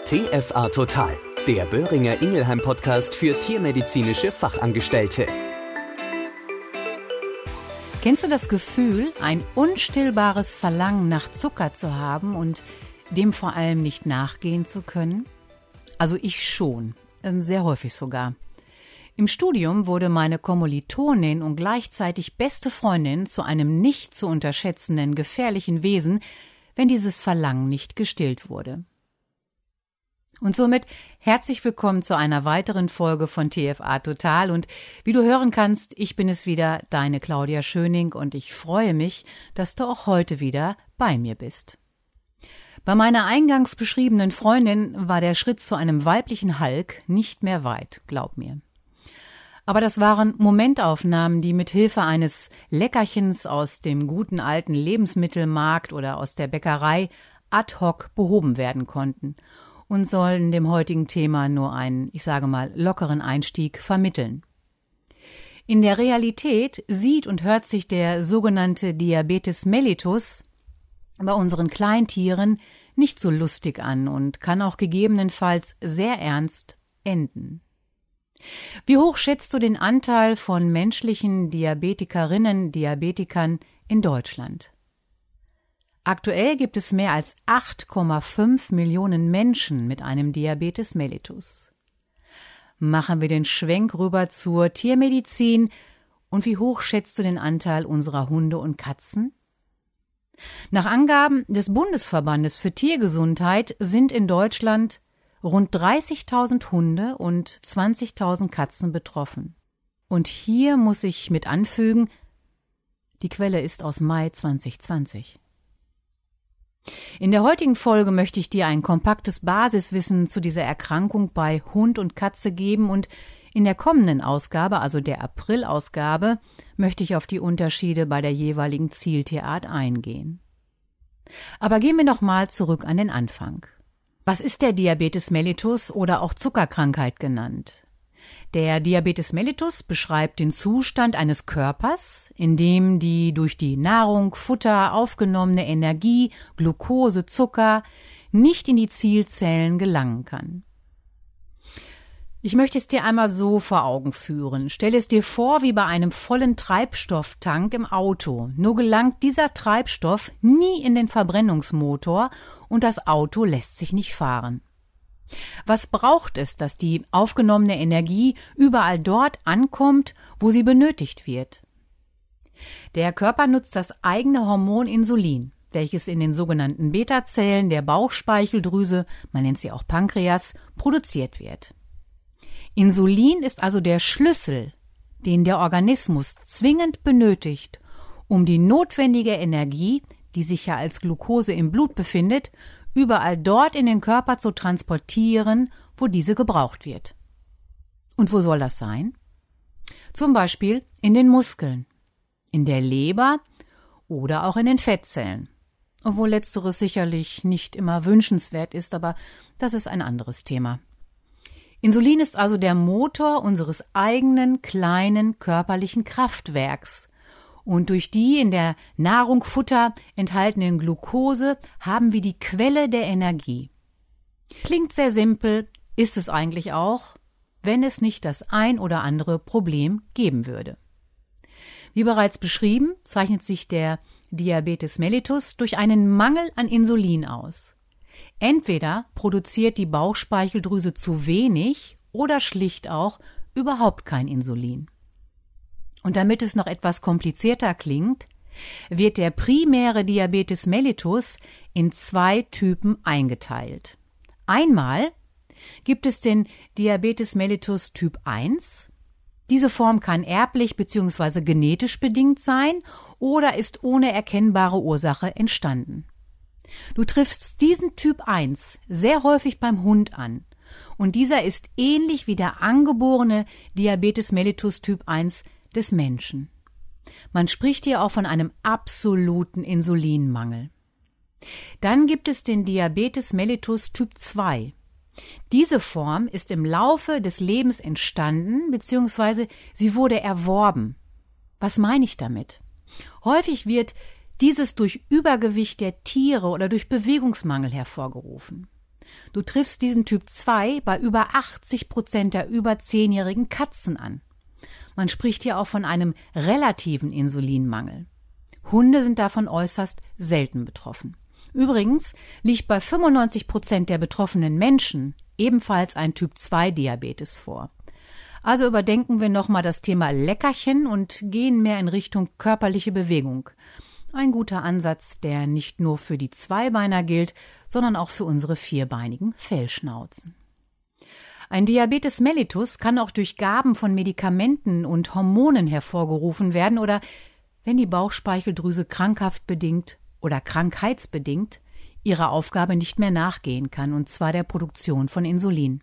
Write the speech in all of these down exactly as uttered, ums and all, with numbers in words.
T F A Total, der Boehringer Ingelheim Podcast für tiermedizinische Fachangestellte. Kennst du das Gefühl, ein unstillbares Verlangen nach Zucker zu haben und dem vor allem nicht nachgehen zu können? Also ich schon, sehr häufig sogar. Im Studium wurde meine Kommilitonin und gleichzeitig beste Freundin zu einem nicht zu unterschätzenden gefährlichen Wesen, wenn dieses Verlangen nicht gestillt wurde. Und somit herzlich willkommen zu einer weiteren Folge von T F A Total. Und wie du hören kannst, ich bin es wieder, deine Claudia Schöning, und ich freue mich, dass du auch heute wieder bei mir bist. Bei meiner eingangs beschriebenen Freundin war der Schritt zu einem weiblichen Hulk nicht mehr weit, glaub mir. Aber das waren Momentaufnahmen, die mit Hilfe eines Leckerchens aus dem guten alten Lebensmittelmarkt oder aus der Bäckerei ad hoc behoben werden konnten und sollen dem heutigen Thema nur einen, ich sage mal, lockeren Einstieg vermitteln. In der Realität sieht und hört sich der sogenannte Diabetes mellitus bei unseren Kleintieren nicht so lustig an und kann auch gegebenenfalls sehr ernst enden. Wie hoch schätzt du den Anteil von menschlichen Diabetikerinnen, Diabetikern in Deutschland? Aktuell gibt es mehr als acht Komma fünf Millionen Menschen mit einem Diabetes mellitus. Machen wir den Schwenk rüber zur Tiermedizin. Und wie hoch schätzt du den Anteil unserer Hunde und Katzen? Nach Angaben des Bundesverbandes für Tiergesundheit sind in Deutschland rund dreißigtausend Hunde und zwanzigtausend Katzen betroffen. Und hier muss ich mit anfügen, die Quelle ist aus Mai zwanzig zwanzig. In der heutigen Folge möchte ich dir ein kompaktes Basiswissen zu dieser Erkrankung bei Hund und Katze geben, und in der kommenden Ausgabe, also der April-Ausgabe, möchte ich auf die Unterschiede bei der jeweiligen Zieltierart eingehen. Aber gehen wir noch mal zurück an den Anfang. Was ist der Diabetes mellitus oder auch Zuckerkrankheit genannt? Der Diabetes mellitus beschreibt den Zustand eines Körpers, in dem die durch die Nahrung, Futter aufgenommene Energie, Glucose, Zucker nicht in die Zielzellen gelangen kann. Ich möchte es dir einmal so vor Augen führen. Stell es dir vor wie bei einem vollen Treibstofftank im Auto. Nur gelangt dieser Treibstoff nie in den Verbrennungsmotor und das Auto lässt sich nicht fahren. Was braucht es, dass die aufgenommene Energie überall dort ankommt, wo sie benötigt wird? Der Körper nutzt das eigene Hormon Insulin, welches in den sogenannten Beta-Zellen der Bauchspeicheldrüse, man nennt sie auch Pankreas, produziert wird. Insulin ist also der Schlüssel, den der Organismus zwingend benötigt, um die notwendige Energie, die sich ja als Glucose im Blut befindet, überall dort in den Körper zu transportieren, wo diese gebraucht wird. Und wo soll das sein? Zum Beispiel in den Muskeln, in der Leber oder auch in den Fettzellen. Obwohl letzteres sicherlich nicht immer wünschenswert ist, aber das ist ein anderes Thema. Insulin ist also der Motor unseres eigenen kleinen körperlichen Kraftwerks. Und durch die in der Nahrung, Futter enthaltenen Glucose haben wir die Quelle der Energie. Klingt sehr simpel, ist es eigentlich auch, wenn es nicht das ein oder andere Problem geben würde. Wie bereits beschrieben, zeichnet sich der Diabetes mellitus durch einen Mangel an Insulin aus. Entweder produziert die Bauchspeicheldrüse zu wenig oder schlicht auch überhaupt kein Insulin. Und damit es noch etwas komplizierter klingt, wird der primäre Diabetes mellitus in zwei Typen eingeteilt. Einmal gibt es den Diabetes mellitus Typ eins. Diese Form kann erblich bzw. genetisch bedingt sein oder ist ohne erkennbare Ursache entstanden. Du triffst diesen Typ eins sehr häufig beim Hund an, und dieser ist ähnlich wie der angeborene Diabetes mellitus Typ eins des Menschen. Man spricht hier auch von einem absoluten Insulinmangel. Dann gibt es den Diabetes mellitus Typ zwei. Diese Form ist im Laufe des Lebens entstanden bzw. sie wurde erworben. Was meine ich damit? Häufig wird dieses durch Übergewicht der Tiere oder durch Bewegungsmangel hervorgerufen. Du triffst diesen Typ zwei bei über achtzig Prozent der über zehnjährigen Katzen an. Man spricht hier auch von einem relativen Insulinmangel. Hunde sind davon äußerst selten betroffen. Übrigens liegt bei fünfundneunzig Prozent der betroffenen Menschen ebenfalls ein Typ zwei Diabetes vor. Also überdenken wir nochmal das Thema Leckerchen und gehen mehr in Richtung körperliche Bewegung. Ein guter Ansatz, der nicht nur für die Zweibeiner gilt, sondern auch für unsere vierbeinigen Fellschnauzen. Ein Diabetes mellitus kann auch durch Gaben von Medikamenten und Hormonen hervorgerufen werden oder wenn die Bauchspeicheldrüse krankhaft bedingt oder krankheitsbedingt ihrer Aufgabe nicht mehr nachgehen kann, und zwar der Produktion von Insulin.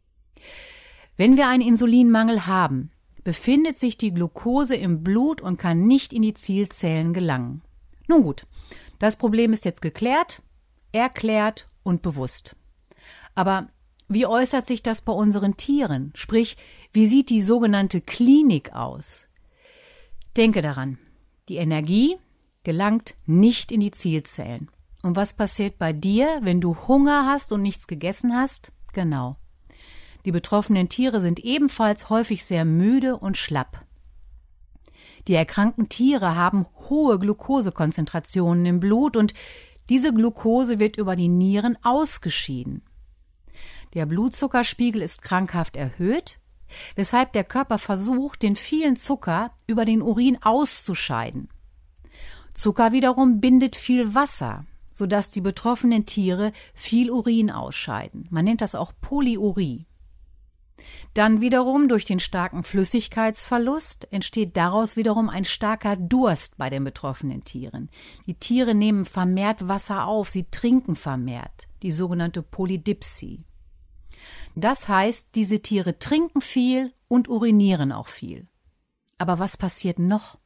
Wenn wir einen Insulinmangel haben, befindet sich die Glucose im Blut und kann nicht in die Zielzellen gelangen. Nun gut, das Problem ist jetzt geklärt, erklärt und bewusst. Aber wie äußert sich das bei unseren Tieren? Sprich, wie sieht die sogenannte Klinik aus? Denke daran, die Energie gelangt nicht in die Zielzellen. Und was passiert bei dir, wenn du Hunger hast und nichts gegessen hast? Genau. Die betroffenen Tiere sind ebenfalls häufig sehr müde und schlapp. Die erkrankten Tiere haben hohe Glukosekonzentrationen im Blut und diese Glucose wird über die Nieren ausgeschieden. Der Blutzuckerspiegel ist krankhaft erhöht, weshalb der Körper versucht, den vielen Zucker über den Urin auszuscheiden. Zucker wiederum bindet viel Wasser, sodass die betroffenen Tiere viel Urin ausscheiden. Man nennt das auch Polyurie. Dann wiederum durch den starken Flüssigkeitsverlust entsteht daraus wiederum ein starker Durst bei den betroffenen Tieren. Die Tiere nehmen vermehrt Wasser auf, sie trinken vermehrt, die sogenannte Polydipsie. Das heißt, diese Tiere trinken viel und urinieren auch viel. Aber was passiert noch?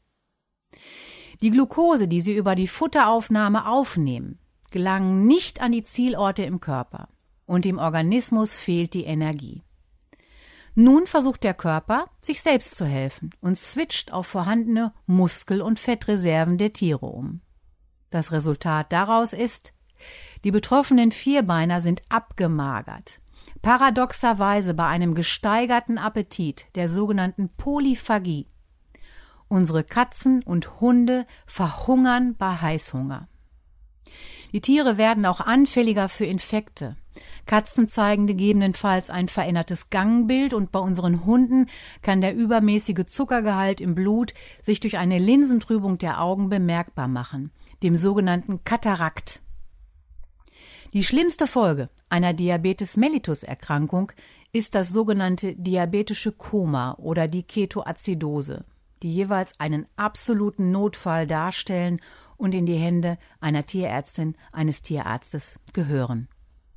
Die Glucose, die sie über die Futteraufnahme aufnehmen, gelangen nicht an die Zielorte im Körper und dem Organismus fehlt die Energie. Nun versucht der Körper, sich selbst zu helfen und switcht auf vorhandene Muskel- und Fettreserven der Tiere um. Das Resultat daraus ist, die betroffenen Vierbeiner sind abgemagert, paradoxerweise bei einem gesteigerten Appetit, der sogenannten Polyphagie. Unsere Katzen und Hunde verhungern bei Heißhunger. Die Tiere werden auch anfälliger für Infekte. Katzen zeigen gegebenenfalls ein verändertes Gangbild und bei unseren Hunden kann der übermäßige Zuckergehalt im Blut sich durch eine Linsentrübung der Augen bemerkbar machen, dem sogenannten Katarakt. Die schlimmste Folge einer Diabetes mellitus Erkrankung ist das sogenannte diabetische Koma oder die Ketoazidose, die jeweils einen absoluten Notfall darstellen und in die Hände einer Tierärztin, eines Tierarztes gehören.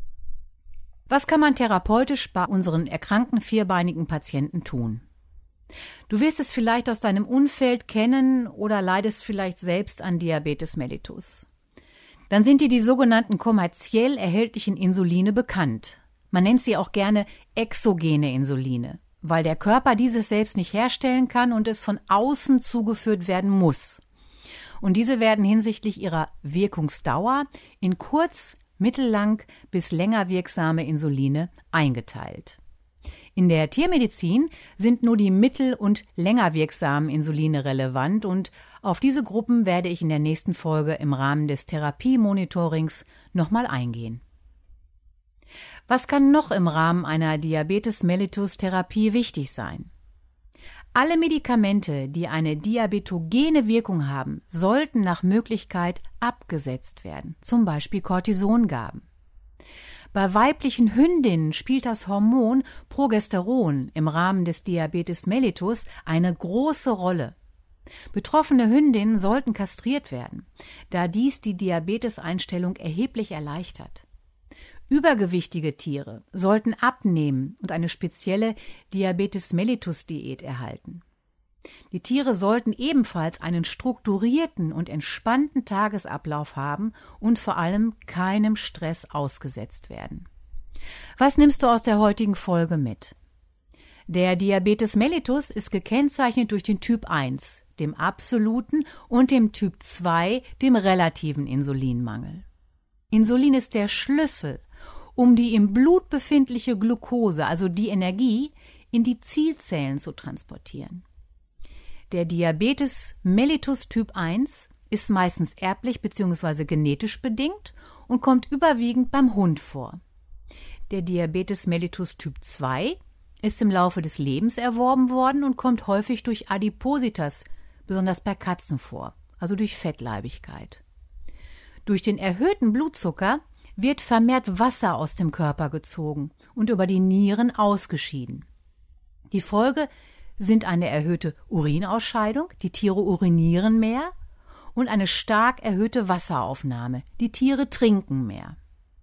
Was kann man therapeutisch bei unseren erkrankten vierbeinigen Patienten tun? Du wirst es vielleicht aus deinem Umfeld kennen oder leidest vielleicht selbst an Diabetes mellitus. Dann sind dir die sogenannten kommerziell erhältlichen Insuline bekannt. Man nennt sie auch gerne exogene Insuline, weil der Körper dieses selbst nicht herstellen kann und es von außen zugeführt werden muss. Und diese werden hinsichtlich ihrer Wirkungsdauer in kurz-, mittellang- bis länger wirksame Insuline eingeteilt. In der Tiermedizin sind nur die mittel- und länger wirksamen Insuline relevant und auf diese Gruppen werde ich in der nächsten Folge im Rahmen des Therapiemonitorings nochmal eingehen. Was kann noch im Rahmen einer Diabetes mellitus Therapie wichtig sein? Alle Medikamente, die eine diabetogene Wirkung haben, sollten nach Möglichkeit abgesetzt werden, zum Beispiel Cortisongaben. Bei weiblichen Hündinnen spielt das Hormon Progesteron im Rahmen des Diabetes mellitus eine große Rolle. Betroffene Hündinnen sollten kastriert werden, da dies die Diabeteseinstellung erheblich erleichtert. Übergewichtige Tiere sollten abnehmen und eine spezielle Diabetes mellitus Diät erhalten. Die Tiere sollten ebenfalls einen strukturierten und entspannten Tagesablauf haben und vor allem keinem Stress ausgesetzt werden. Was nimmst du aus der heutigen Folge mit? Der Diabetes mellitus ist gekennzeichnet durch den Typ eins, dem absoluten, und dem Typ zwei, dem relativen Insulinmangel. Insulin ist der Schlüssel, um die im Blut befindliche Glucose, also die Energie, in die Zielzellen zu transportieren. Der Diabetes mellitus Typ eins ist meistens erblich bzw. genetisch bedingt und kommt überwiegend beim Hund vor. Der Diabetes mellitus Typ zwei ist im Laufe des Lebens erworben worden und kommt häufig durch Adipositas, besonders bei Katzen vor, also durch Fettleibigkeit. Durch den erhöhten Blutzucker wird vermehrt Wasser aus dem Körper gezogen und über die Nieren ausgeschieden. Die Folge sind eine erhöhte Urinausscheidung, die Tiere urinieren mehr, und eine stark erhöhte Wasseraufnahme, die Tiere trinken mehr.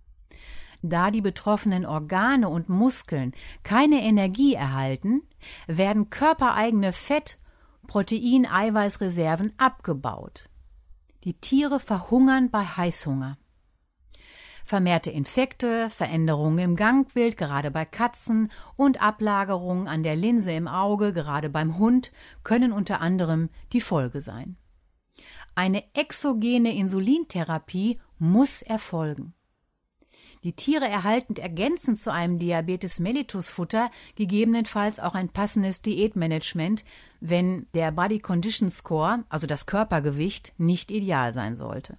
Da die betroffenen Organe und Muskeln keine Energie erhalten, werden körpereigene Fett-, Protein-, Eiweißreserven abgebaut. Die Tiere verhungern bei Heißhunger. Vermehrte Infekte, Veränderungen im Gangbild, gerade bei Katzen, und Ablagerungen an der Linse im Auge, gerade beim Hund, können unter anderem die Folge sein. Eine exogene Insulintherapie muss erfolgen. Die Tiere erhalten ergänzend zu einem Diabetes mellitus Futter gegebenenfalls auch ein passendes Diätmanagement, wenn der Body Condition Score, also das Körpergewicht, nicht ideal sein sollte.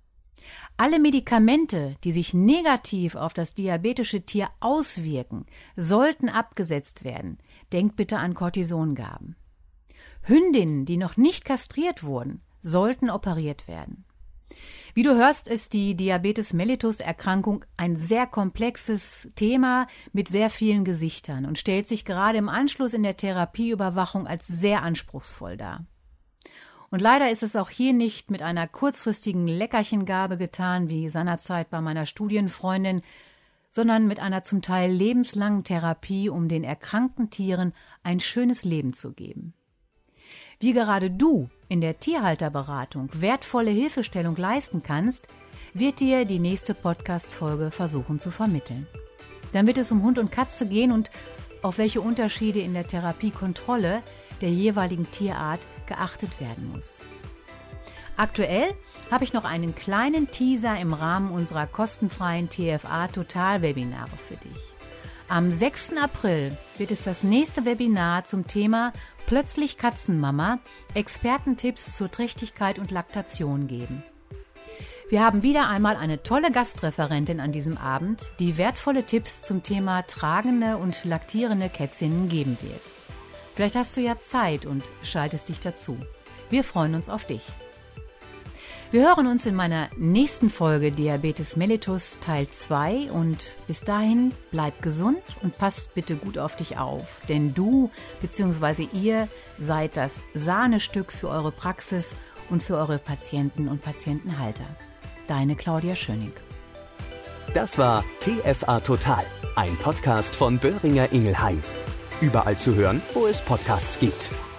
Alle Medikamente, die sich negativ auf das diabetische Tier auswirken, sollten abgesetzt werden. Denkt bitte an Cortisongaben. Hündinnen, die noch nicht kastriert wurden, sollten operiert werden. Wie du hörst, ist die Diabetes mellitus Erkrankung ein sehr komplexes Thema mit sehr vielen Gesichtern und stellt sich gerade im Anschluss in der Therapieüberwachung als sehr anspruchsvoll dar. Und leider ist es auch hier nicht mit einer kurzfristigen Leckerchengabe getan, wie seinerzeit bei meiner Studienfreundin, sondern mit einer zum Teil lebenslangen Therapie, um den erkrankten Tieren ein schönes Leben zu geben. Wie gerade du in der Tierhalterberatung wertvolle Hilfestellung leisten kannst, wird dir die nächste Podcast-Folge versuchen zu vermitteln. Dann wird es um Hund und Katze gehen und auf welche Unterschiede in der Therapiekontrolle der jeweiligen Tierart geachtet werden muss. Aktuell habe ich noch einen kleinen Teaser im Rahmen unserer kostenfreien T F A-Total-Webinare für dich. Am sechsten April wird es das nächste Webinar zum Thema Plötzlich Katzenmama, Expertentipps zur Trächtigkeit und Laktation geben. Wir haben wieder einmal eine tolle Gastreferentin an diesem Abend, die wertvolle Tipps zum Thema tragende und laktierende Kätzinnen geben wird. Vielleicht hast du ja Zeit und schaltest dich dazu. Wir freuen uns auf dich. Wir hören uns in meiner nächsten Folge Diabetes mellitus Teil zwei und bis dahin bleib gesund und passt bitte gut auf dich auf, denn du bzw. ihr seid das Sahnestück für eure Praxis und für eure Patienten und Patientenhalter. Deine Claudia Schöning. Das war T F A Total, ein Podcast von Boehringer Ingelheim. Überall zu hören, wo es Podcasts gibt.